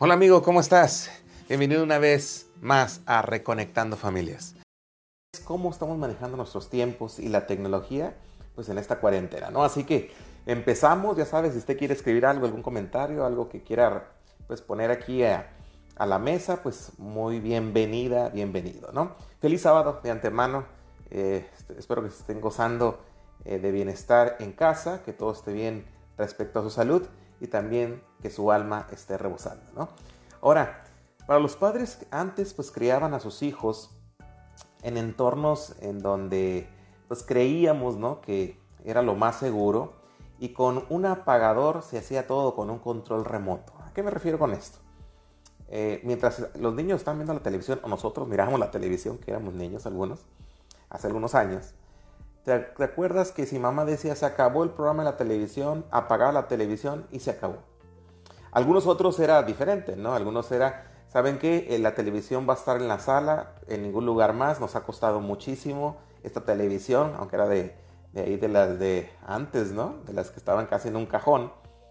Hola amigo, ¿cómo estás? Bienvenido una vez más a Reconectando Familias. ¿Cómo estamos manejando nuestros tiempos y la tecnología pues en esta cuarentena, ¿no? Así que empezamos, ya sabes, si usted quiere escribir algo, algún comentario, algo que quiera pues poner aquí a la mesa, pues muy bienvenida, bienvenido, ¿no? Feliz sábado de antemano, espero que se estén gozando de bienestar en casa, que todo esté bien respecto a su salud y también que su alma esté rebosando, ¿no? Ahora, para los padres antes pues criaban a sus hijos en entornos en donde pues creíamos, ¿no?, que era lo más seguro y con un apagador se hacía todo con un control remoto. ¿A qué me refiero con esto? Mientras los niños están viendo la televisión o nosotros miramos la televisión, que éramos niños algunos, hace algunos años, ¿te acuerdas que si mamá decía se acabó el programa de la televisión, apagaba la televisión y se acabó? Algunos otros era diferente, ¿no? Algunos era, ¿saben qué? La televisión va a estar en la sala, en ningún lugar más, nos ha costado muchísimo esta televisión, aunque era de ahí de las de antes, ¿no? De las que estaban casi en un cajón.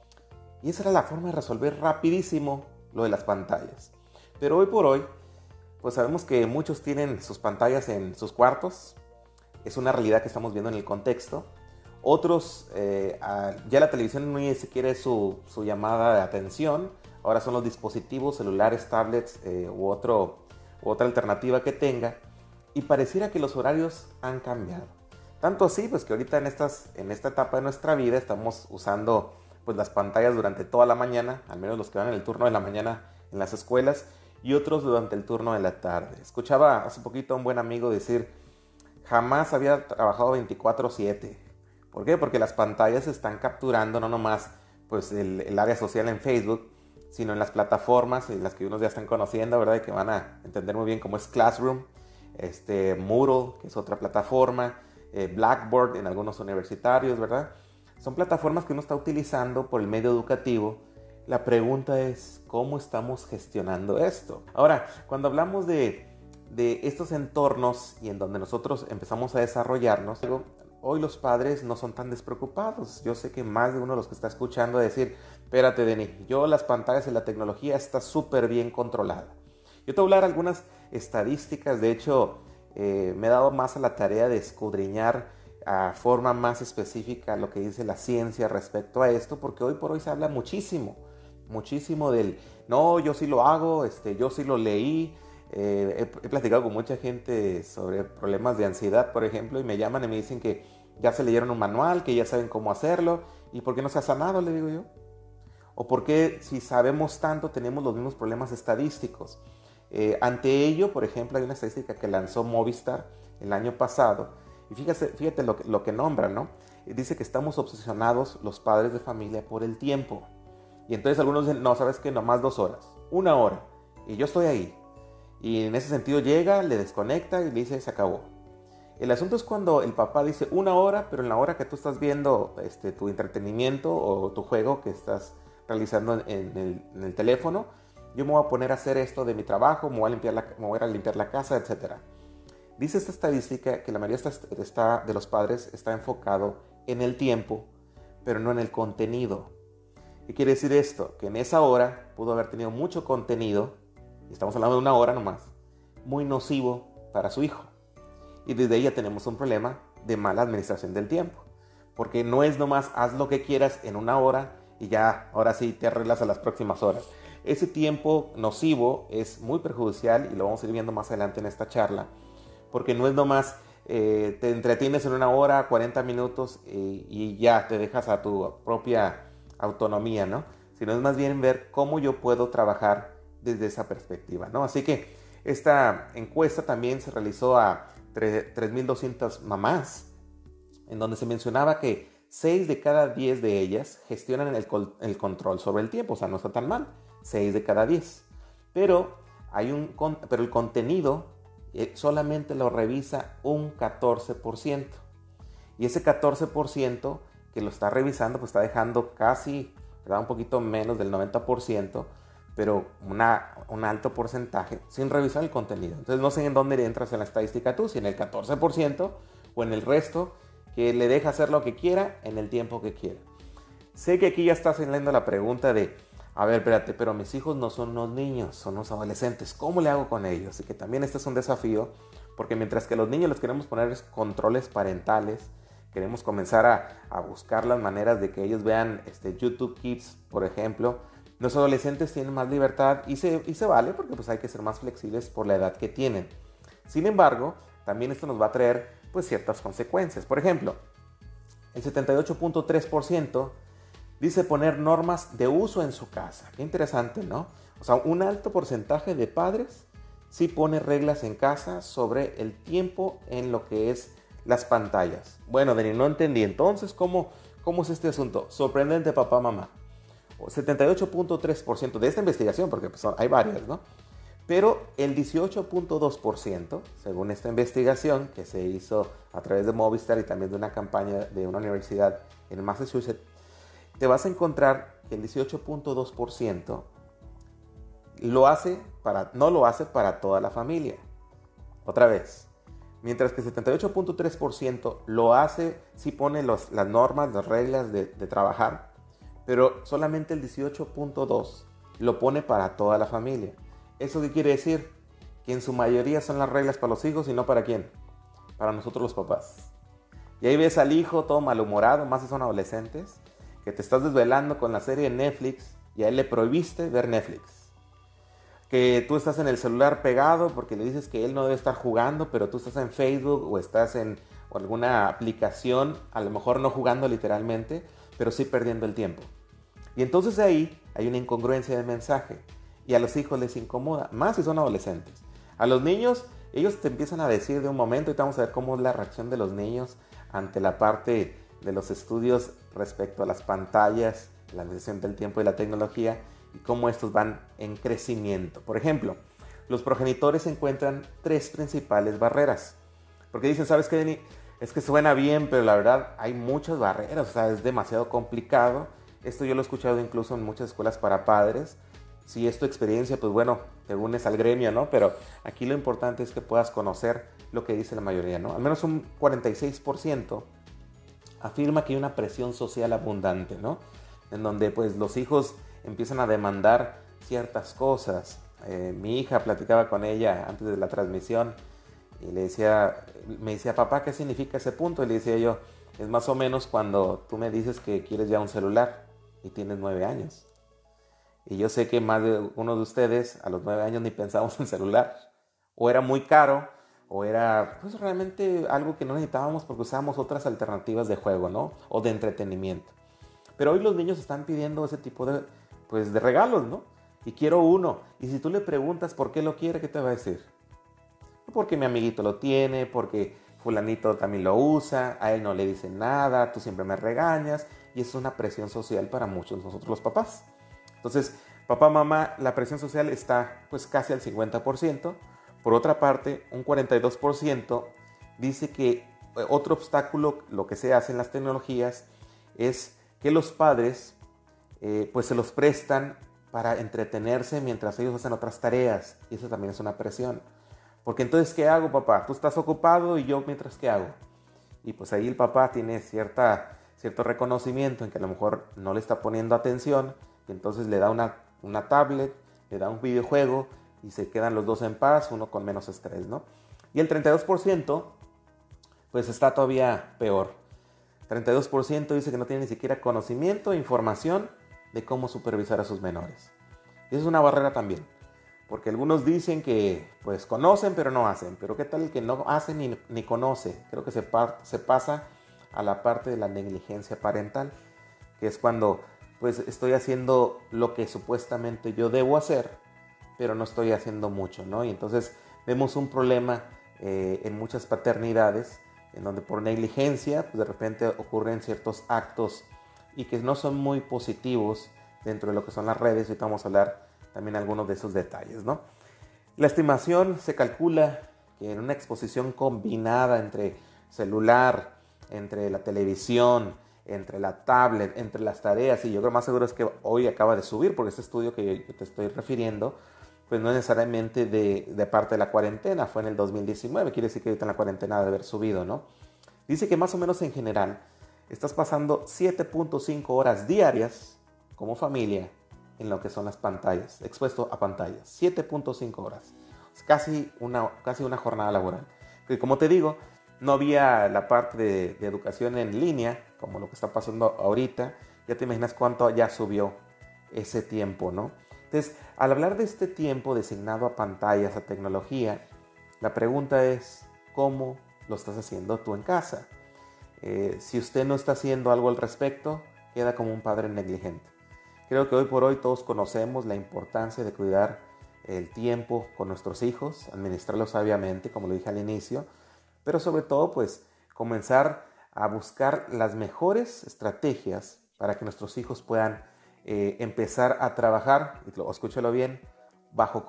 Y esa era la forma de resolver rapidísimo lo de las pantallas. Pero hoy por hoy, pues sabemos que muchos tienen sus pantallas en sus cuartos. Es una realidad que estamos viendo en el contexto. Otros, ya la televisión no ni siquiera es su llamada de atención. Ahora son los dispositivos, celulares, tablets u otra alternativa que tenga. Y pareciera que los horarios han cambiado. Tanto así, pues que ahorita en esta etapa de nuestra vida estamos usando pues las pantallas durante toda la mañana, al menos los que van en el turno de la mañana en las escuelas, y otros durante el turno de la tarde. Escuchaba hace poquito a un buen amigo decir, jamás había trabajado 24/7. ¿Por qué? Porque las pantallas están capturando no nomás pues el área social en Facebook, sino en las plataformas en las que unos ya están conociendo, ¿verdad? Y que van a entender muy bien cómo es Classroom, Moodle, que es otra plataforma, Blackboard en algunos universitarios, ¿verdad? Son plataformas que uno está utilizando por el medio educativo. La pregunta es, ¿cómo estamos gestionando esto? Ahora, cuando hablamos de estos entornos y en donde nosotros empezamos a desarrollarnos, hoy los padres no son tan despreocupados. Yo sé que más de uno de los que está escuchando decir, espérate, Denny, yo las pantallas y la tecnología está súper bien controlada. Yo te voy a hablar algunas estadísticas. De hecho, me he dado más a la tarea de escudriñar a forma más específica lo que dice la ciencia respecto a esto, porque hoy por hoy se habla muchísimo del, no, yo sí lo hago, yo sí lo leí. He platicado con mucha gente sobre problemas de ansiedad, por ejemplo, y me llaman y me dicen que ya se leyeron un manual, que ya saben cómo hacerlo, y ¿por qué no se ha sanado?, le digo yo. O ¿por qué si sabemos tanto tenemos los mismos problemas estadísticos? Ante ello, por ejemplo, hay una estadística que lanzó Movistar el año pasado, y fíjate lo que nombra, ¿no? Dice que estamos obsesionados los padres de familia por el tiempo. Y entonces algunos dicen, no, ¿sabes qué? Nomás 2 horas, 1 hora, y yo estoy ahí. Y en ese sentido llega, le desconecta y le dice, se acabó. El asunto es cuando el papá dice 1 hora, pero en la hora que tú estás viendo tu entretenimiento o tu juego que estás realizando en el teléfono, yo me voy a poner a hacer esto de mi trabajo, me voy a limpiar la casa, etc. Dice esta estadística que la mayoría de los padres está enfocado en el tiempo, pero no en el contenido. ¿Qué quiere decir esto? Que en esa hora pudo haber tenido mucho contenido, y estamos hablando de 1 hora nomás, muy nocivo para su hijo. Y desde ahí ya tenemos un problema de mala administración del tiempo. Porque no es nomás haz lo que quieras en 1 hora y ya, ahora sí te arreglas a las próximas horas. Ese tiempo nocivo es muy perjudicial y lo vamos a ir viendo más adelante en esta charla. Porque no es nomás te entretienes en 1 hora, 40 minutos y ya te dejas a tu propia autonomía, ¿no? Sino es más bien ver cómo yo puedo trabajar desde esa perspectiva, ¿no? Así que esta encuesta también se realizó a 3.200 mamás, en donde se mencionaba que 6 de cada 10 de ellas gestionan el control sobre el tiempo. O sea, no está tan mal, 6 de cada 10. Pero el contenido solamente lo revisa un 14%. Y ese 14% que lo está revisando, pues está dejando casi, ¿verdad?, un poquito menos del 90%, pero un alto porcentaje sin revisar el contenido. Entonces no sé en dónde entras en la estadística tú, si en el 14% o en el resto que le deja hacer lo que quiera en el tiempo que quiera. Sé que aquí ya está saliendo la pregunta de a ver, espérate, pero mis hijos no son unos niños, son unos adolescentes, ¿cómo le hago con ellos? Y que también este es un desafío, porque mientras que a los niños les queremos poner controles parentales, queremos comenzar a buscar las maneras de que ellos vean YouTube Kids, por ejemplo, los adolescentes tienen más libertad y se vale porque pues hay que ser más flexibles por la edad que tienen. Sin embargo, también esto nos va a traer pues ciertas consecuencias. Por ejemplo, el 78.3% dice poner normas de uso en su casa. Qué interesante, ¿no? O sea, un alto porcentaje de padres sí pone reglas en casa sobre el tiempo en lo que es las pantallas. Bueno, Dani, no entendí. Entonces, ¿cómo es este asunto? Sorprendente, papá, mamá. 78.3% de esta investigación, porque pues, hay varias, ¿no? Pero el 18.2%, según esta investigación que se hizo a través de Movistar y también de una campaña de una universidad en Massachusetts, te vas a encontrar que el 18.2% no lo hace para toda la familia. Otra vez, mientras que el 78.3% lo hace, sí pone las normas, las reglas de trabajar, pero solamente el 18.2% lo pone para toda la familia. ¿Eso qué quiere decir? Que en su mayoría son las reglas para los hijos y no para quién, para nosotros los papás. Y ahí ves al hijo todo malhumorado, más si son adolescentes, que te estás desvelando con la serie de Netflix y a él le prohibiste ver Netflix. Que tú estás en el celular pegado porque le dices que él no debe estar jugando, pero tú estás en Facebook o estás en alguna aplicación, a lo mejor no jugando literalmente, pero sí perdiendo el tiempo. Y entonces ahí hay una incongruencia de mensaje y a los hijos les incomoda, más si son adolescentes. A los niños, ellos te empiezan a decir de un momento, y vamos a ver cómo es la reacción de los niños ante la parte de los estudios respecto a las pantallas, la necesidad del tiempo y la tecnología, y cómo estos van en crecimiento. Por ejemplo, los progenitores encuentran 3 principales barreras. Porque dicen, ¿sabes qué, Denny? Es que suena bien, pero la verdad hay muchas barreras, o sea, es demasiado complicado. Esto yo lo he escuchado incluso en muchas escuelas para padres. Si es tu experiencia, pues bueno, te unes al gremio, ¿no? Pero aquí lo importante es que puedas conocer lo que dice la mayoría, ¿no? Al menos un 46% afirma que hay una presión social abundante, ¿no? En donde pues los hijos empiezan a demandar ciertas cosas. Mi hija platicaba con ella antes de la transmisión y me decía, papá, ¿qué significa ese punto? Y le decía yo, es más o menos cuando tú me dices que quieres ya un celular y tienes 9 años. Y yo sé que más de uno de ustedes a los 9 años ni pensamos en celular. O era muy caro, o era pues realmente algo que no necesitábamos porque usábamos otras alternativas de juego, ¿no? O de entretenimiento. Pero hoy los niños están pidiendo ese tipo de regalos, ¿no? Y quiero uno. Y si tú le preguntas por qué lo quiere, ¿qué te va a decir? Porque mi amiguito lo tiene, porque fulanito también lo usa, a él no le dicen nada, tú siempre me regañas. Y es una presión social para muchos de nosotros los papás. Entonces, papá, mamá, la presión social está pues casi al 50%. Por otra parte, un 42% dice que otro obstáculo, lo que se hace en las tecnologías, es que los padres pues se los prestan para entretenerse mientras ellos hacen otras tareas. Y eso también es una presión. Porque entonces, ¿qué hago, papá? Tú estás ocupado y yo mientras, ¿qué hago? Y pues ahí el papá tiene cierto reconocimiento en que a lo mejor no le está poniendo atención. Y entonces le da una tablet, le da un videojuego y se quedan los dos en paz, uno con menos estrés, ¿no? Y el 32% pues está todavía peor. 32% dice que no tiene ni siquiera conocimiento e información de cómo supervisar a sus menores. Y eso es una barrera también, porque algunos dicen que pues conocen pero no hacen. Pero ¿qué tal el que no hace ni conoce? Creo que se pasa a la parte de la negligencia parental, que es cuando pues estoy haciendo lo que supuestamente yo debo hacer, pero no estoy haciendo mucho, ¿no? Y entonces vemos un problema en muchas paternidades, en donde por negligencia, pues de repente ocurren ciertos actos y que no son muy positivos dentro de lo que son las redes. Ahorita vamos a hablar también algunos de esos detalles, ¿no? La estimación se calcula que en una exposición combinada entre celular, entre la televisión, entre la tablet, entre las tareas, y yo creo más seguro es que hoy acaba de subir, porque este estudio que yo te estoy refiriendo, pues no es necesariamente de parte de la cuarentena, fue en el 2019, quiere decir que ahorita en la cuarentena debe haber subido, ¿no? Dice que más o menos en general estás pasando 7.5 horas diarias como familia en lo que son las pantallas, expuesto a pantallas, 7.5 horas, casi una jornada laboral. Que como te digo, no había la parte de educación en línea, como lo que está pasando ahorita, ya te imaginas cuánto ya subió ese tiempo, ¿no? Entonces, al hablar de este tiempo designado a pantallas, a tecnología, la pregunta es, ¿cómo lo estás haciendo tú en casa? Si usted no está haciendo algo al respecto, queda como un padre negligente. Creo que hoy por hoy todos conocemos la importancia de cuidar el tiempo con nuestros hijos, administrarlo sabiamente, como lo dije al inicio, pero sobre todo pues comenzar a buscar las mejores estrategias para que nuestros hijos puedan empezar a trabajar, y escúchalo bien, bajo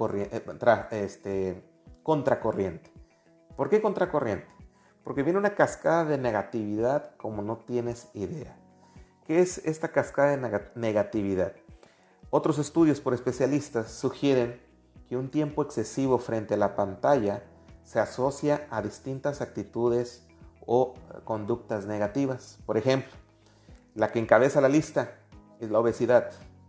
contracorriente. ¿Por qué contracorriente? Porque viene una cascada de negatividad como no tienes idea. ¿Qué es esta cascada de negatividad? Otros estudios por especialistas sugieren que un tiempo excesivo frente a la pantalla se asocia a distintas actitudes o conductas negativas. Por ejemplo, la que encabeza la lista es la obesidad.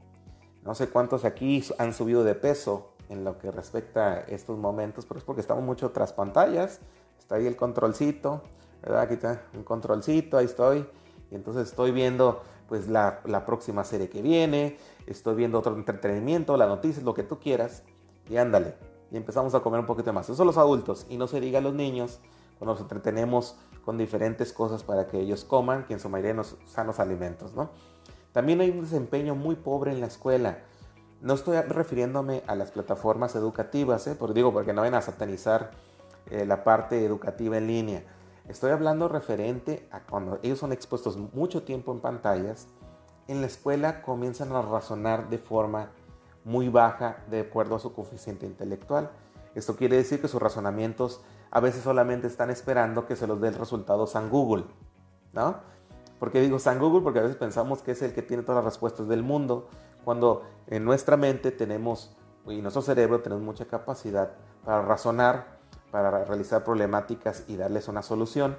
No sé cuántos aquí han subido de peso en lo que respecta a estos momentos, pero es porque estamos mucho tras pantallas. Está ahí el controlcito, ¿verdad? Aquí está un controlcito, ahí estoy. Y entonces estoy viendo pues la próxima serie que viene, estoy viendo otro entretenimiento, las noticias, lo que tú quieras. Y ándale, y empezamos a comer un poquito más. Eso son los adultos, y no se diga a los niños cuando nos entretenemos con diferentes cosas para que ellos coman, que en su mayoría son sanos alimentos, ¿no? También hay un desempeño muy pobre en la escuela. No estoy refiriéndome a las plataformas educativas, porque no vayan a satanizar la parte educativa en línea. Estoy hablando referente a cuando ellos son expuestos mucho tiempo en pantallas, en la escuela comienzan a razonar de forma muy baja de acuerdo a su coeficiente intelectual. Esto quiere decir que sus razonamientos a veces solamente están esperando que se los dé el resultado San Google, ¿no? ¿Por qué digo San Google? Porque a veces pensamos que es el que tiene todas las respuestas del mundo, cuando en nuestra mente tenemos, y nuestro cerebro tenemos mucha capacidad para razonar, para realizar problemáticas y darles una solución.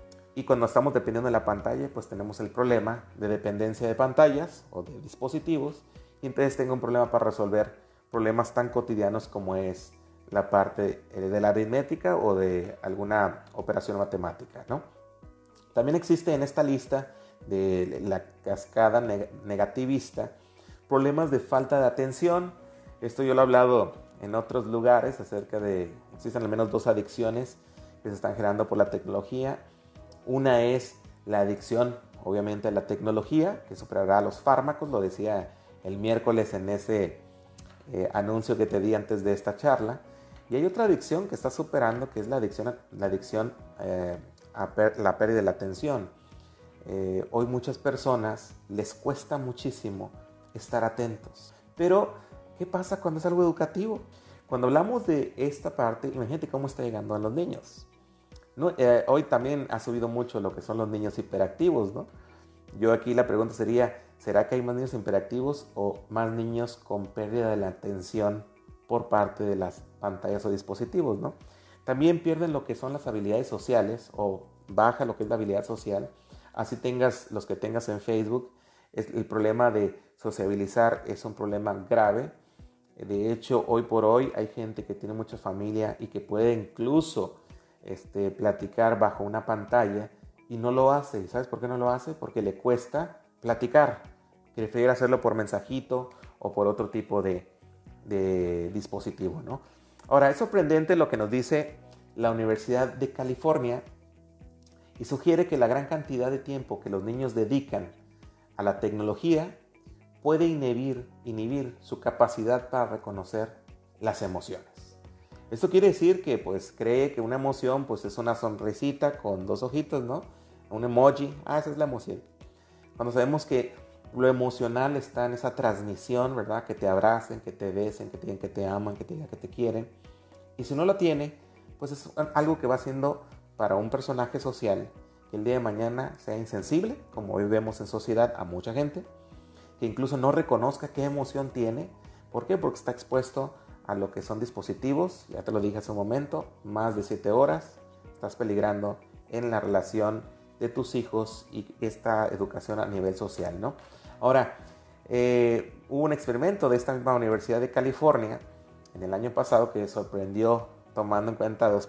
Y cuando estamos dependiendo de la pantalla, pues tenemos el problema de dependencia de pantallas o de dispositivos, y entonces tengo un problema para resolver problemas tan cotidianos como es la parte de la aritmética o de alguna operación matemática, ¿no? También existe en esta lista de la cascada negativista problemas de falta de atención. Esto yo lo he hablado en otros lugares acerca de, existen al menos 2 adicciones que se están generando por la tecnología. Una es la adicción, obviamente, a la tecnología, que superará a los fármacos, lo decía el miércoles en ese anuncio que te di antes de esta charla. Y hay otra adicción que está superando, que es la adicción a la pérdida de la atención. Hoy muchas personas les cuesta muchísimo estar atentos. Pero, ¿qué pasa cuando es algo educativo? Cuando hablamos de esta parte, imagínate cómo está llegando a los niños. ¿No? Hoy también ha subido mucho lo que son los niños hiperactivos, ¿no? Yo aquí la pregunta sería, ¿será que hay más niños hiperactivos o más niños con pérdida de la atención por parte de las pantallas o dispositivos, ¿no? También pierden lo que son las habilidades sociales o baja lo que es la habilidad social. Así tengas los que tengas en Facebook, el problema de sociabilizar es un problema grave. De hecho, hoy por hoy hay gente que tiene mucha familia y que puede incluso platicar bajo una pantalla y no lo hace. ¿Sabes por qué no lo hace? Porque le cuesta platicar. Prefiere hacerlo por mensajito o por otro tipo de dispositivo, ¿no? Ahora, es sorprendente lo que nos dice la Universidad de California y sugiere que la gran cantidad de tiempo que los niños dedican a la tecnología puede inhibir su capacidad para reconocer las emociones. Esto quiere decir que pues cree que una emoción pues es una sonrisita con 2 ojitos, ¿no? Un emoji, esa es la emoción. Cuando sabemos que lo emocional está en esa transmisión, ¿verdad? Que te abracen, que te besen, que te digan que te aman, que te digan que te quieren. Y si no lo tiene, pues es algo que va siendo para un personaje social que el día de mañana sea insensible, como hoy vemos en sociedad a mucha gente, que incluso no reconozca qué emoción tiene. ¿Por qué? Porque está expuesto a lo que son dispositivos, ya te lo dije hace un momento, más de 7 horas, estás peligrando en la relación de tus hijos y esta educación a nivel social, ¿no? Ahora, Hubo un experimento de esta misma Universidad de California en el año pasado que sorprendió tomando en cuenta dos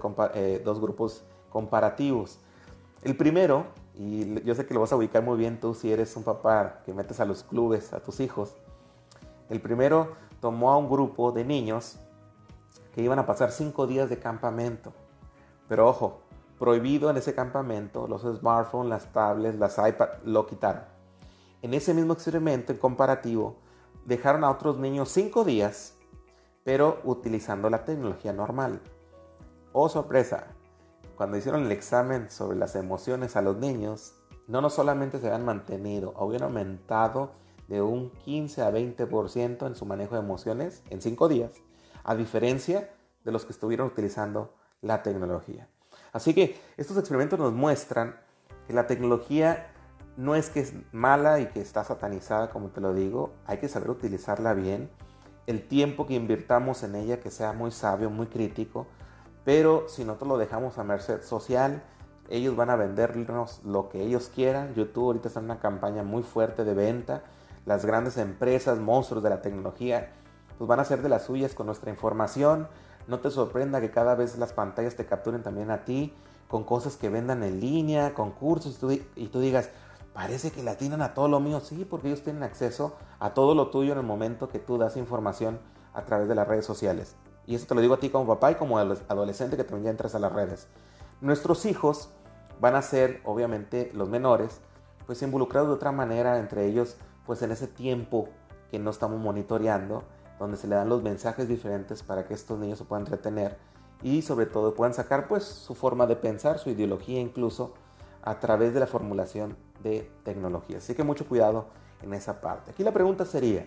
grupos comparativos. El primero, y yo sé que lo vas a ubicar muy bien tú si eres un papá que metes a los clubes a tus hijos. El primero tomó a un grupo de niños que iban a pasar 5 días de campamento. Pero ojo, prohibido en ese campamento, los smartphones, las tablets, las iPads, lo quitaron. En ese mismo experimento, en comparativo, dejaron a otros niños 5 días, pero utilizando la tecnología normal. Oh, sorpresa, cuando hicieron el examen sobre las emociones a los niños, no solamente se habían mantenido, habían aumentado de un 15 a 20% en su manejo de emociones en 5 días, a diferencia de los que estuvieron utilizando la tecnología. Así que estos experimentos nos muestran que la tecnología no es que es mala y que está satanizada, como te lo digo, hay que saber utilizarla bien, el tiempo que invirtamos en ella que sea muy sabio, muy crítico, pero si nosotros lo dejamos a merced social, ellos van a vendernos lo que ellos quieran. YouTube ahorita está en una campaña muy fuerte de venta. Las grandes empresas, monstruos de la tecnología, pues van a hacer de las suyas con nuestra información. No te sorprenda que cada vez las pantallas te capturen también a ti, con cosas que vendan en línea, con cursos, y tú digas, parece que le atinan a todo lo mío. Sí, porque ellos tienen acceso a todo lo tuyo en el momento que tú das información a través de las redes sociales. Y eso te lo digo a ti como papá y como adolescente que también ya entras a las redes. Nuestros hijos van a ser, obviamente, los menores, pues involucrados de otra manera entre ellos, pues en ese tiempo que no estamos monitoreando, donde se le dan los mensajes diferentes para que estos niños se puedan retener y sobre todo puedan sacar pues su forma de pensar, su ideología incluso, a través de la formulación de tecnología. Así que mucho cuidado en esa parte. Aquí la pregunta sería,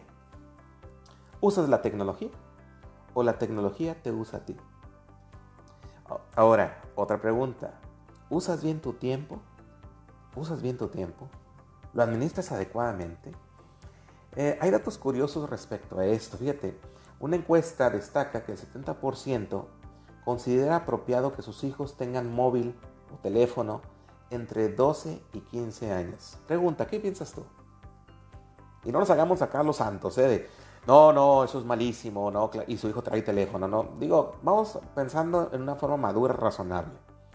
¿usas la tecnología o la tecnología te usa a ti? Ahora, otra pregunta. ¿Usas bien tu tiempo? ¿Usas bien tu tiempo? ¿Lo administras adecuadamente? Hay datos curiosos respecto a esto. Fíjate, una encuesta destaca que el 70% considera apropiado que sus hijos tengan móvil o teléfono entre 12 y 15 años. Pregunta, ¿qué piensas tú? Y no nos hagamos acá los santos, de no, eso es malísimo, no, y su hijo trae teléfono, no. Digo, vamos pensando en una forma madura, razonable.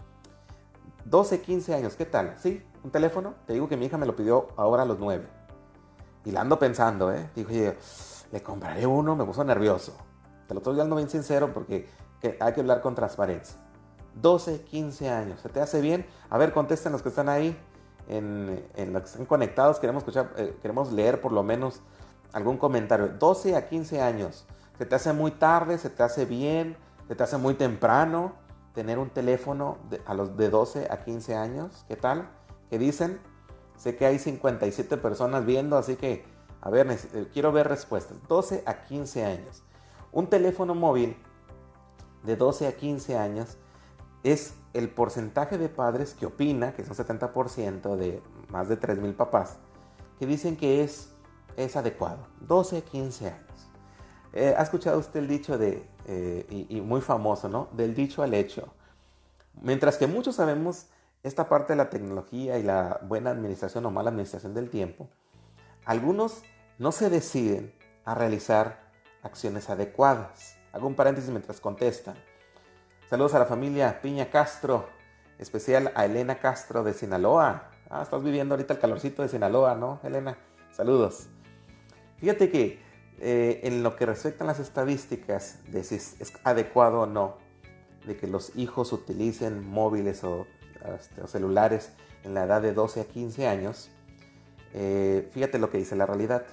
12, 15 años, ¿qué tal? ¿Sí? ¿Un teléfono? Te digo que mi hija me lo pidió ahora a los 9. Y la ando pensando, Dijo, oye, le compraré uno, me puso nervioso. Te lo estoy dando bien sincero porque hay que hablar con transparencia. 12, 15 años, ¿se te hace bien? A ver, contesten los que están ahí, en los que están conectados, queremos escuchar, queremos leer por lo menos algún comentario. 12 a 15 años, ¿se te hace muy tarde? ¿Se te hace bien? ¿Se te hace muy temprano tener un teléfono a los de 12 a 15 años? ¿Qué tal? ¿Qué dicen? Sé que hay 57 personas viendo, así que, a ver, quiero ver respuestas. 12 a 15 años. Un teléfono móvil de 12 a 15 años es el porcentaje de padres que opina, que es un 70% de más de 3,000 papás, que dicen que es adecuado. 12 a 15 años. ¿Ha escuchado usted el dicho y muy famoso, ¿no? Del dicho al hecho. Mientras que muchos sabemos esta parte de la tecnología y la buena administración o mala administración del tiempo, algunos no se deciden a realizar acciones adecuadas. Hago un paréntesis mientras contestan. Saludos a la familia Piña Castro, especial a Elena Castro de Sinaloa. Estás viviendo ahorita el calorcito de Sinaloa, ¿no, Elena? Saludos. Fíjate que en lo que respecta a las estadísticas de si es adecuado o no de que los hijos utilicen móviles o celulares en la edad de 12 a 15 años, fíjate lo que dice la realidad.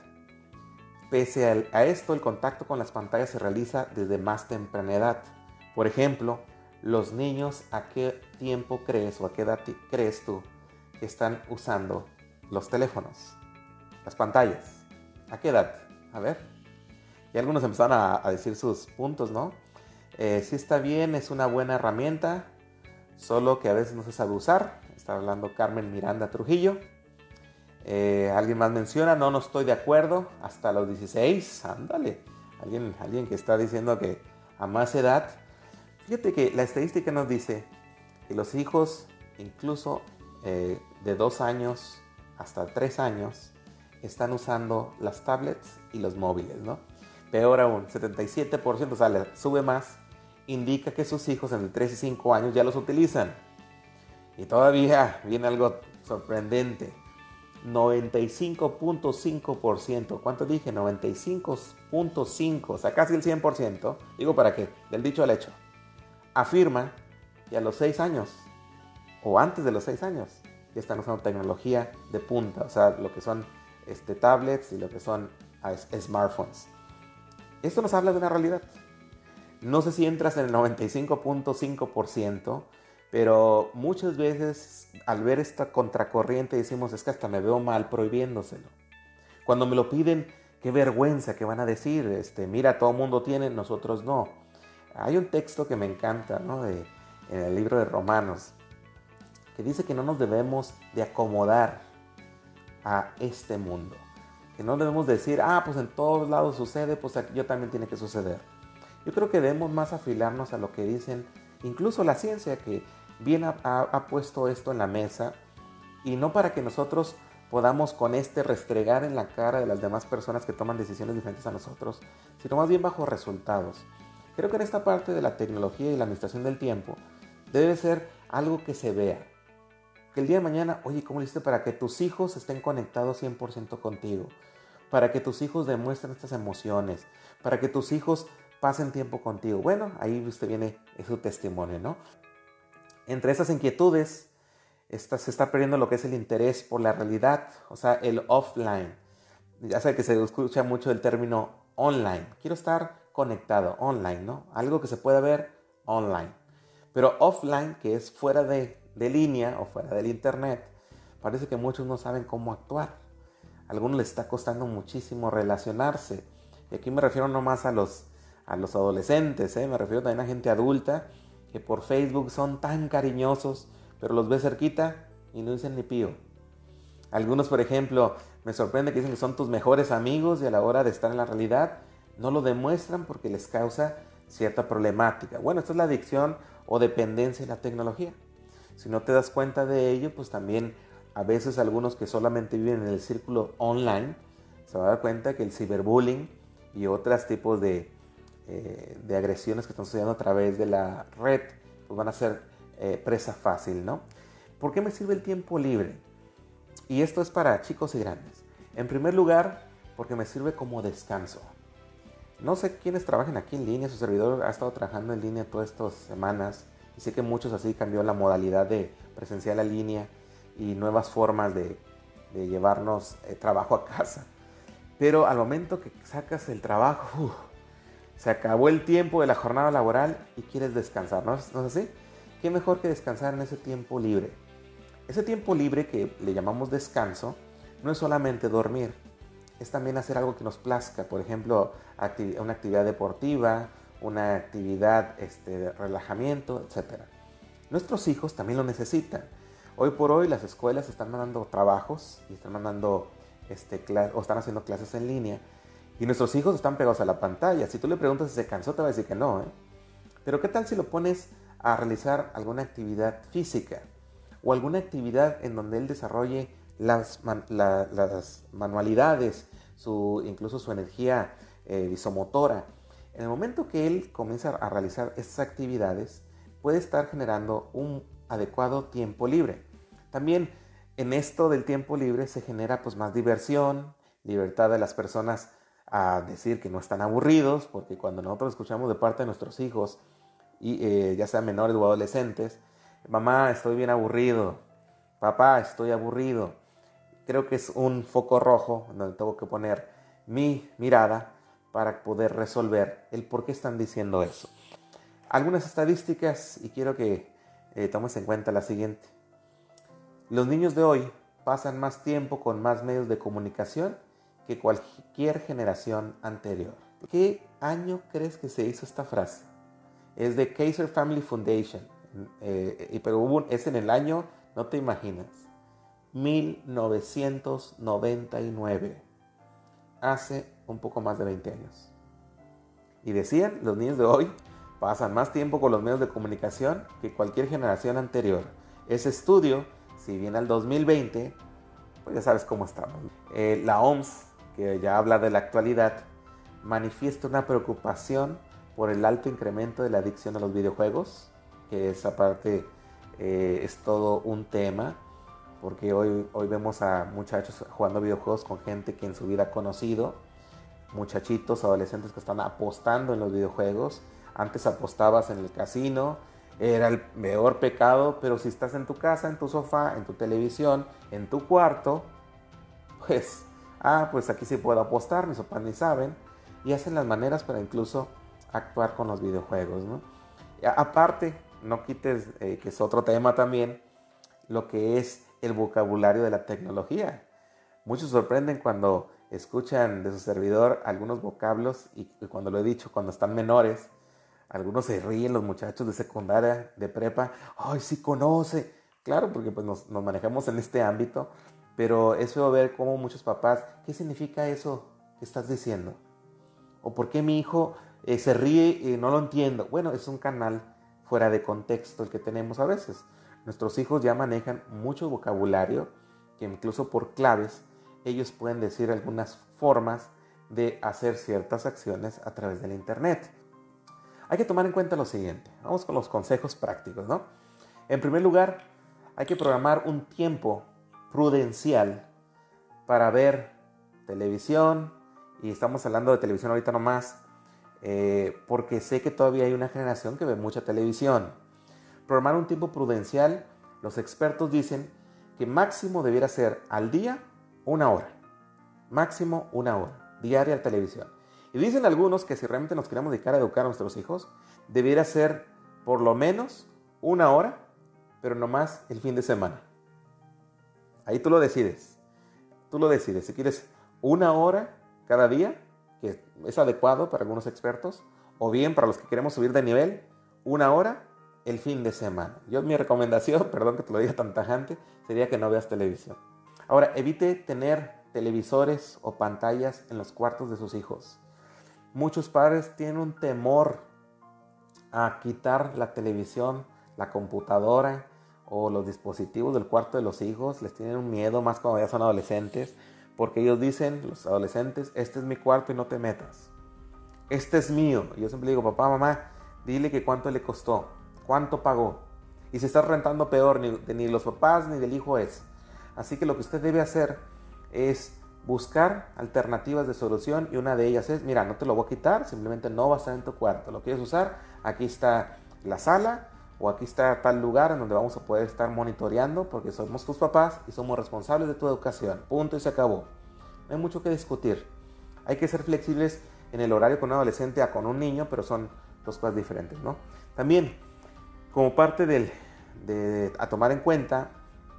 Pese a esto, el contacto con las pantallas se realiza desde más temprana edad. Por ejemplo, los niños, ¿a qué tiempo crees o a qué edad crees tú que están usando los teléfonos, las pantallas? ¿A qué edad? A ver. Y algunos empezaron a decir sus puntos, ¿no? Sí está bien, es una buena herramienta, solo que a veces no se sabe usar. Está hablando Carmen Miranda Trujillo. Alguien más menciona, no estoy de acuerdo, hasta los 16, ándale. Alguien que está diciendo que a más edad. Fíjate que la estadística nos dice que los hijos, incluso de 2 años hasta 3 años, están usando las tablets y los móviles, ¿no? Peor aún, 77%, o sea, le sube más, indica que sus hijos entre 3 y 5 años ya los utilizan. Y todavía viene algo sorprendente. 95.5%, ¿cuánto dije? 95.5%, o sea, casi el 100%, digo para qué, del dicho al hecho, afirma que a los 6 años, o antes de los 6 años, ya están usando tecnología de punta, o sea, lo que son tablets y lo que son smartphones. Esto nos habla de una realidad. No sé si entras en el 95.5%, pero muchas veces al ver esta contracorriente decimos, es que hasta me veo mal prohibiéndoselo. Cuando me lo piden, qué vergüenza que van a decir, mira, todo el mundo tiene, nosotros no. Hay un texto que me encanta, ¿no? En el libro de Romanos, que dice que no nos debemos de acomodar a este mundo. Que no debemos decir, pues en todos lados sucede, pues aquí yo también tiene que suceder. Yo creo que debemos más afilarnos a lo que dicen, incluso la ciencia, que bien ha puesto esto en la mesa, y no para que nosotros podamos con restregar en la cara de las demás personas que toman decisiones diferentes a nosotros, sino más bien bajo resultados. Creo que en esta parte de la tecnología y la administración del tiempo debe ser algo que se vea. Que el día de mañana, oye, ¿cómo le hiciste para que tus hijos estén conectados 100% contigo? Para que tus hijos demuestren estas emociones, para que tus hijos pasen tiempo contigo. Bueno, ahí viene su testimonio, ¿no? Entre esas inquietudes, se está perdiendo lo que es el interés por la realidad, o sea, el offline. Ya sé que se escucha mucho el término online. Quiero estar conectado, online, ¿no? Algo que se pueda ver online. Pero offline, que es fuera de línea o fuera del internet, parece que muchos no saben cómo actuar. A algunos les está costando muchísimo relacionarse. Y aquí me refiero no más a los adolescentes, me refiero también a gente adulta que por Facebook son tan cariñosos, pero los ves cerquita y no dicen ni pío. Algunos, por ejemplo, me sorprende que dicen que son tus mejores amigos y a la hora de estar en la realidad no lo demuestran porque les causa cierta problemática. Bueno, esto es la adicción o dependencia de la tecnología. Si no te das cuenta de ello, pues también a veces algunos que solamente viven en el círculo online se van a dar cuenta que el ciberbullying y otros tipos de agresiones que están sucediendo a través de la red pues van a ser presa fácil, ¿no? ¿Por qué me sirve el tiempo libre? Y esto es para chicos y grandes. En primer lugar, porque me sirve como descanso. No sé quiénes trabajan aquí en línea, su servidor ha estado trabajando en línea todas estas semanas y sé que muchos así cambió la modalidad de presencial a línea y nuevas formas de llevarnos trabajo a casa. Pero al momento que sacas el trabajo, se acabó el tiempo de la jornada laboral y quieres descansar, ¿no es así? ¿Qué mejor que descansar en ese tiempo libre? Ese tiempo libre que le llamamos descanso no es solamente dormir, es también hacer algo que nos plazca, por ejemplo, una actividad deportiva, una actividad de relajamiento, etc. Nuestros hijos también lo necesitan. Hoy por hoy las escuelas están mandando trabajos y están mandando o están haciendo clases en línea y nuestros hijos están pegados a la pantalla. Si tú le preguntas si se cansó, te va a decir que no, Pero ¿qué tal si lo pones a realizar alguna actividad física o alguna actividad en donde él desarrolle las manualidades, incluso su energía visomotora? En el momento que él comienza a realizar estas actividades, puede estar generando un adecuado tiempo libre. También en esto del tiempo libre se genera pues más diversión, libertad de las personas a decir que no están aburridos, porque cuando nosotros escuchamos de parte de nuestros hijos, y ya sean menores o adolescentes, mamá, estoy bien aburrido, papá, estoy aburrido, creo que es un foco rojo donde tengo que poner mi mirada para poder resolver el por qué están diciendo eso. Algunas estadísticas, y quiero que tomes en cuenta la siguiente. Los niños de hoy pasan más tiempo con más medios de comunicación que cualquier generación anterior. ¿Qué año crees que se hizo esta frase? Es de Kaiser Family Foundation, pero es en el año, no te imaginas, 1999, hace un poco más de 20 años. Y decían, los niños de hoy pasan más tiempo con los medios de comunicación que cualquier generación anterior. Ese estudio, si bien al 2020, pues ya sabes cómo estamos. La OMS, que ya habla de la actualidad, manifiesta una preocupación por el alto incremento de la adicción a los videojuegos, que esa parte es todo un tema, porque hoy vemos a muchachos jugando videojuegos con gente que en su vida ha conocido, muchachitos, adolescentes que están apostando en los videojuegos. Antes apostabas en el casino, era el peor pecado, pero si estás en tu casa, en tu sofá, en tu televisión, en tu cuarto, pues, pues aquí sí puedo apostar, mis papás ni saben, y hacen las maneras para incluso actuar con los videojuegos, ¿no? Aparte, no quites, que es otro tema también, lo que es el vocabulario de la tecnología. Muchos sorprenden cuando escuchan de su servidor algunos vocablos y cuando lo he dicho, cuando están menores, algunos se ríen, los muchachos de secundaria, de prepa, ¡ay, sí conoce! Claro, porque pues nos manejamos en este ámbito, pero es feo ver cómo muchos papás, ¿qué significa eso que estás diciendo? ¿O por qué mi hijo se ríe y no lo entiendo? Bueno, es un canal fuera de contexto el que tenemos a veces. Nuestros hijos ya manejan mucho vocabulario que incluso por claves ellos pueden decir algunas formas de hacer ciertas acciones a través del internet. Hay que tomar en cuenta lo siguiente. Vamos con los consejos prácticos, ¿no? En primer lugar, hay que programar un tiempo prudencial para ver televisión, y estamos hablando de televisión ahorita nomás, porque sé que todavía hay una generación que ve mucha televisión. Programar un tiempo prudencial, los expertos dicen que máximo debiera ser al día 1 hora. Máximo 1 hora diaria de televisión. Y dicen algunos que si realmente nos queremos dedicar a educar a nuestros hijos, debiera ser por lo menos 1 hora, pero nomás el fin de semana. Ahí tú lo decides. Tú lo decides. Si quieres 1 hora cada día, que es adecuado para algunos expertos, o bien para los que queremos subir de nivel, 1 hora el fin de semana. Mi recomendación, perdón que te lo diga tan tajante, sería que no veas televisión. Ahora, evite tener televisores o pantallas en los cuartos de sus hijos. Muchos padres tienen un temor a quitar la televisión, la computadora o los dispositivos del cuarto de los hijos. Les tienen un miedo, más cuando ya son adolescentes, porque ellos dicen, los adolescentes, este es mi cuarto y no te metas. Este es mío. Y yo siempre digo, papá, mamá, dile que cuánto le costó, cuánto pagó. Y si estás rentando peor, ni los papás ni del hijo es. Así que lo que usted debe hacer es buscar alternativas de solución, y una de ellas es, mira, no te lo voy a quitar, simplemente no va a estar en tu cuarto. ¿Lo quieres usar? Aquí está la sala, o aquí está tal lugar en donde vamos a poder estar monitoreando, porque somos tus papás y somos responsables de tu educación. Punto y se acabó. No hay mucho que discutir. Hay que ser flexibles en el horario con un adolescente a con un niño, pero son dos cosas diferentes, ¿no? También, como parte a tomar en cuenta,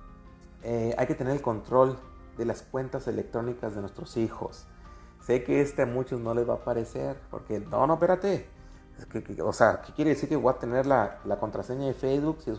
hay que tener el control de las cuentas electrónicas de nuestros hijos. Sé que a muchos no les va a parecer, porque no, espérate. O sea, ¿qué quiere decir que voy a tener la contraseña de Facebook si es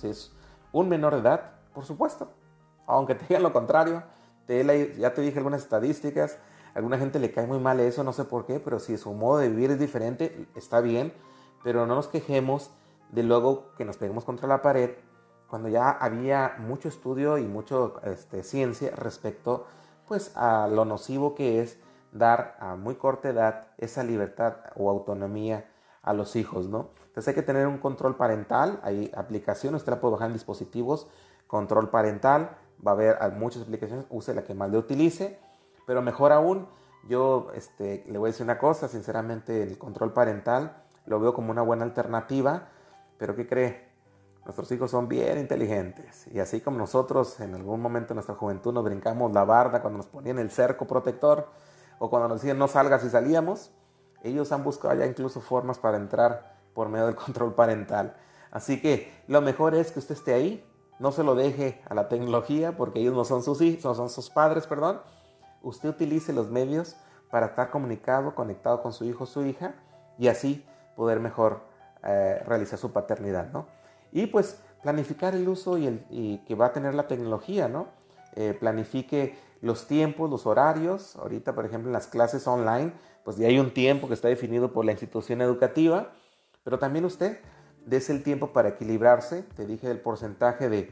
un menor de edad? Por supuesto. Aunque te digan lo contrario, ya te dije algunas estadísticas. A alguna gente le cae muy mal eso, no sé por qué, pero si su modo de vivir es diferente, está bien. Pero no nos quejemos de luego que nos peguemos contra la pared, cuando ya había mucho estudio y mucha ciencia respecto pues, a lo nocivo que es dar a muy corta edad esa libertad o autonomía a los hijos, ¿no? Entonces hay que tener un control parental. Hay aplicaciones, usted la puede bajar en dispositivos, control parental, va a haber muchas aplicaciones, use la que más le utilice, pero mejor aún, yo le voy a decir una cosa, sinceramente el control parental lo veo como una buena alternativa, pero ¿qué cree? Nuestros hijos son bien inteligentes, y así como nosotros en algún momento de nuestra juventud nos brincamos la barda cuando nos ponían el cerco protector, o cuando nos decían no salgas y salíamos, ellos han buscado ya incluso formas para entrar por medio del control parental. Así que lo mejor es que usted esté ahí, no se lo deje a la tecnología, porque ellos no son sus hijos, no son sus padres, perdón. Usted utilice los medios para estar conectado con su hijo o su hija, y así poder mejor realizar su paternidad, ¿no? Y pues planificar el uso y que va a tener la tecnología, ¿no? Planifique los tiempos, los horarios. Ahorita, por ejemplo, en las clases online, pues ya hay un tiempo que está definido por la institución educativa, pero también usted dése el tiempo para equilibrarse. Te dije el porcentaje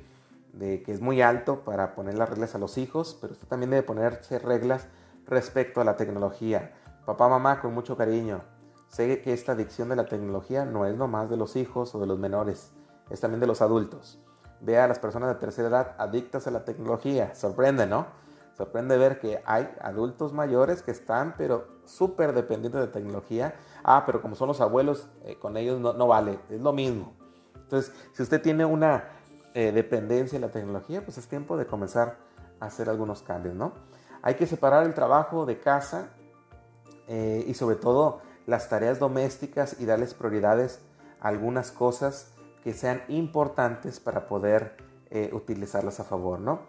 de que es muy alto para poner las reglas a los hijos, pero usted también debe ponerse reglas respecto a la tecnología. Papá, mamá, con mucho cariño, sé que esta adicción de la tecnología no es nomás de los hijos o de los menores, es también de los adultos. Vea a las personas de tercera edad adictas a la tecnología. Sorprende, ¿no? Sorprende ver que hay adultos mayores que están pero súper dependientes de tecnología. Pero como son los abuelos, con ellos no vale, es lo mismo. Entonces, si usted tiene una dependencia en la tecnología, pues es tiempo de comenzar a hacer algunos cambios, ¿no? Hay que separar el trabajo de casa y sobre todo las tareas domésticas y darles prioridades a algunas cosas que sean importantes para poder utilizarlas a favor, ¿no?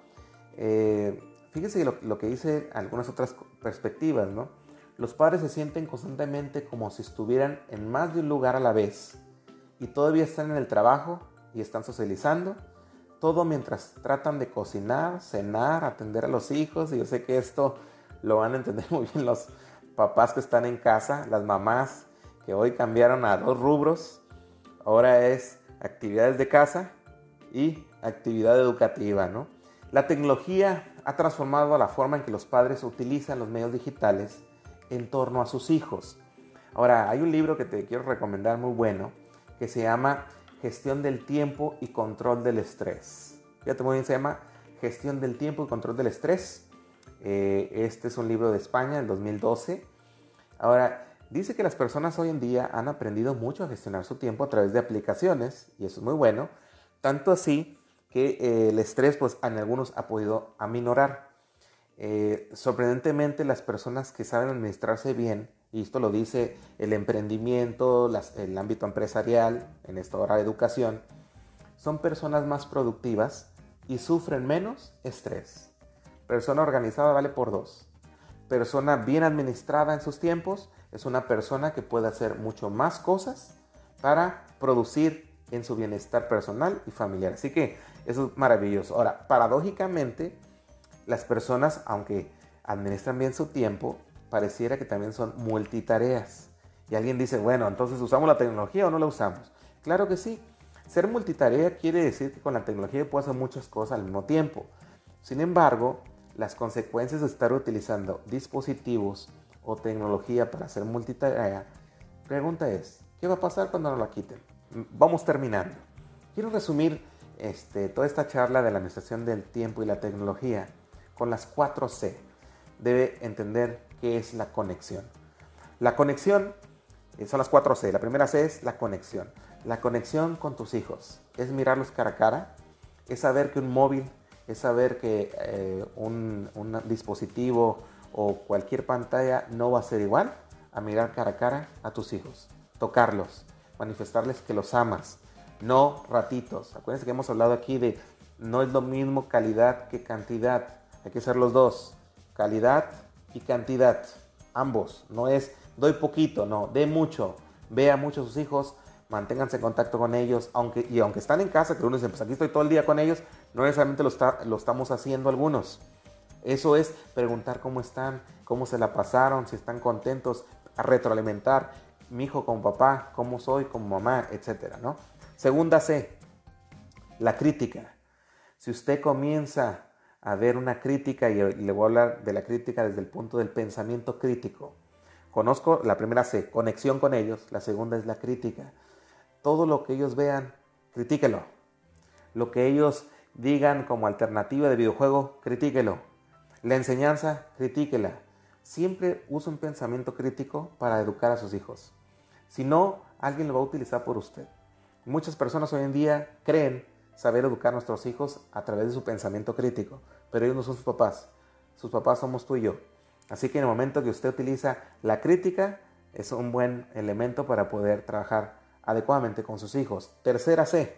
Fíjese lo que dice algunas otras perspectivas, ¿no? Los padres se sienten constantemente como si estuvieran en más de un lugar a la vez y todavía están en el trabajo y están socializando, todo mientras tratan de cocinar, cenar, atender a los hijos. Y yo sé que esto lo van a entender muy bien los papás que están en casa, las mamás que hoy cambiaron a 2 rubros. Ahora es actividades de casa y actividad educativa, ¿no? La tecnología ha transformado la forma en que los padres utilizan los medios digitales en torno a sus hijos. Ahora, hay un libro que te quiero recomendar muy bueno que se llama Gestión del tiempo y control del estrés. Fíjate muy bien, se llama Gestión del tiempo y control del estrés. Este es un libro de España, del 2012. Ahora, dice que las personas hoy en día han aprendido mucho a gestionar su tiempo a través de aplicaciones, y eso es muy bueno, tanto así que el estrés pues en algunos ha podido aminorar. Sorprendentemente, las personas que saben administrarse bien, y esto lo dice el emprendimiento, el ámbito empresarial, en esta hora de educación, son personas más productivas y sufren menos estrés. Persona organizada vale por 2. Persona bien administrada en sus tiempos es una persona que puede hacer mucho más cosas para producir en su bienestar personal y familiar. Así que eso es maravilloso. Ahora, paradójicamente, las personas, aunque administran bien su tiempo, pareciera que también son multitareas. Y alguien dice, bueno, entonces ¿usamos la tecnología o no la usamos? Claro que sí. Ser multitarea quiere decir que con la tecnología puedo hacer muchas cosas al mismo tiempo. Sin embargo, las consecuencias de estar utilizando dispositivos o tecnología para hacer multitarea, pregunta es, ¿qué va a pasar cuando nos la quiten? Vamos terminando. Quiero resumir toda esta charla de la administración del tiempo y la tecnología con las 4C. Debe entender qué es la conexión. La conexión son las 4C. La primera C es la conexión. La conexión con tus hijos es mirarlos cara a cara, es saber que un móvil, es saber que un dispositivo o cualquier pantalla no va a ser igual a mirar cara a cara a tus hijos, tocarlos, manifestarles que los amas, no ratitos. Acuérdense que hemos hablado aquí de no es lo mismo calidad que cantidad, hay que ser los dos, calidad y cantidad, ambos. No es doy poquito, no, dé mucho, vea mucho a sus hijos, manténganse en contacto con ellos, aunque están en casa, que uno dice, pues aquí estoy todo el día con ellos, no necesariamente lo estamos haciendo algunos. Eso es preguntar cómo están, cómo se la pasaron, si están contentos, a retroalimentar, mi hijo con papá, cómo soy con mamá, etcétera, ¿no? Segunda C, la crítica. Si usted comienza a ver una crítica, y le voy a hablar de la crítica desde el punto del pensamiento crítico. Conozco la primera C, conexión con ellos, la segunda es la crítica. Todo lo que ellos vean, critíquelo. Lo que ellos digan como alternativa de videojuego, critíquelo. La enseñanza, critíquela. Siempre use un pensamiento crítico para educar a sus hijos. Si no, alguien lo va a utilizar por usted. Muchas personas hoy en día creen saber educar a nuestros hijos a través de su pensamiento crítico, pero ellos no son sus papás somos tú y yo. Así que en el momento que usted utiliza la crítica, es un buen elemento para poder trabajar adecuadamente con sus hijos. Tercera C,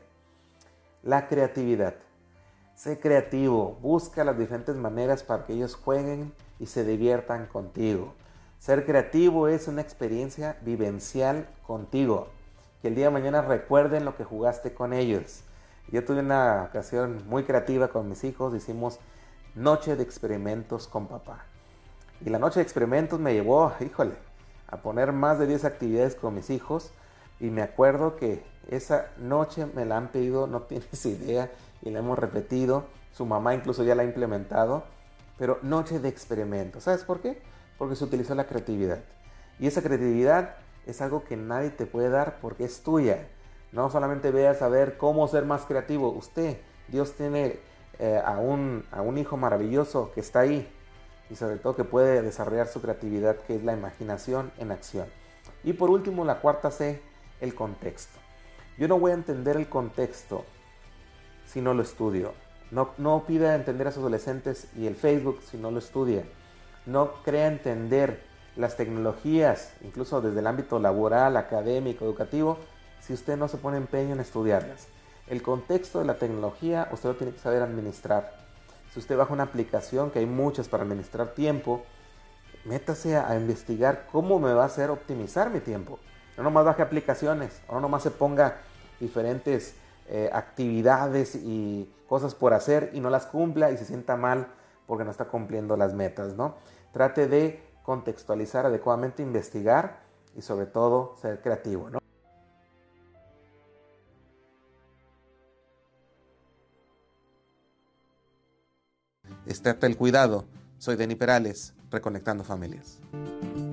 la creatividad. Sé creativo, busca las diferentes maneras para que ellos jueguen y se diviertan contigo. Ser creativo es una experiencia vivencial contigo. Que el día de mañana recuerden lo que jugaste con ellos. Yo tuve una ocasión muy creativa con mis hijos, hicimos noche de experimentos con papá. Y la noche de experimentos me llevó, a poner más de 10 actividades con mis hijos. Y me acuerdo que esa noche me la han pedido, no tienes idea, y la hemos repetido. Su mamá incluso ya la ha implementado. Pero noche de experimento. ¿Sabes por qué? Porque se utilizó la creatividad. Y esa creatividad es algo que nadie te puede dar porque es tuya. No solamente veas a ver cómo ser más creativo. Dios tiene a un hijo maravilloso que está ahí. Y sobre todo que puede desarrollar su creatividad, que es la imaginación en acción. Y por último, la cuarta C, el contexto. Yo no voy a entender el contexto si no lo estudio. No pida entender a sus adolescentes y el Facebook si no lo estudia. No crea entender las tecnologías, incluso desde el ámbito laboral, académico, educativo, si usted no se pone empeño en estudiarlas. El contexto de la tecnología usted lo tiene que saber administrar. Si usted baja una aplicación, que hay muchas para administrar tiempo, métase a investigar cómo me va a hacer optimizar mi tiempo. No nomás baje aplicaciones, o no nomás se ponga diferentes actividades y cosas por hacer y no las cumpla y se sienta mal porque no está cumpliendo las metas, ¿no? Trate de contextualizar adecuadamente, investigar y sobre todo ser creativo, ¿no? Estate el cuidado. Soy Denny Perales, Reconectando Familias.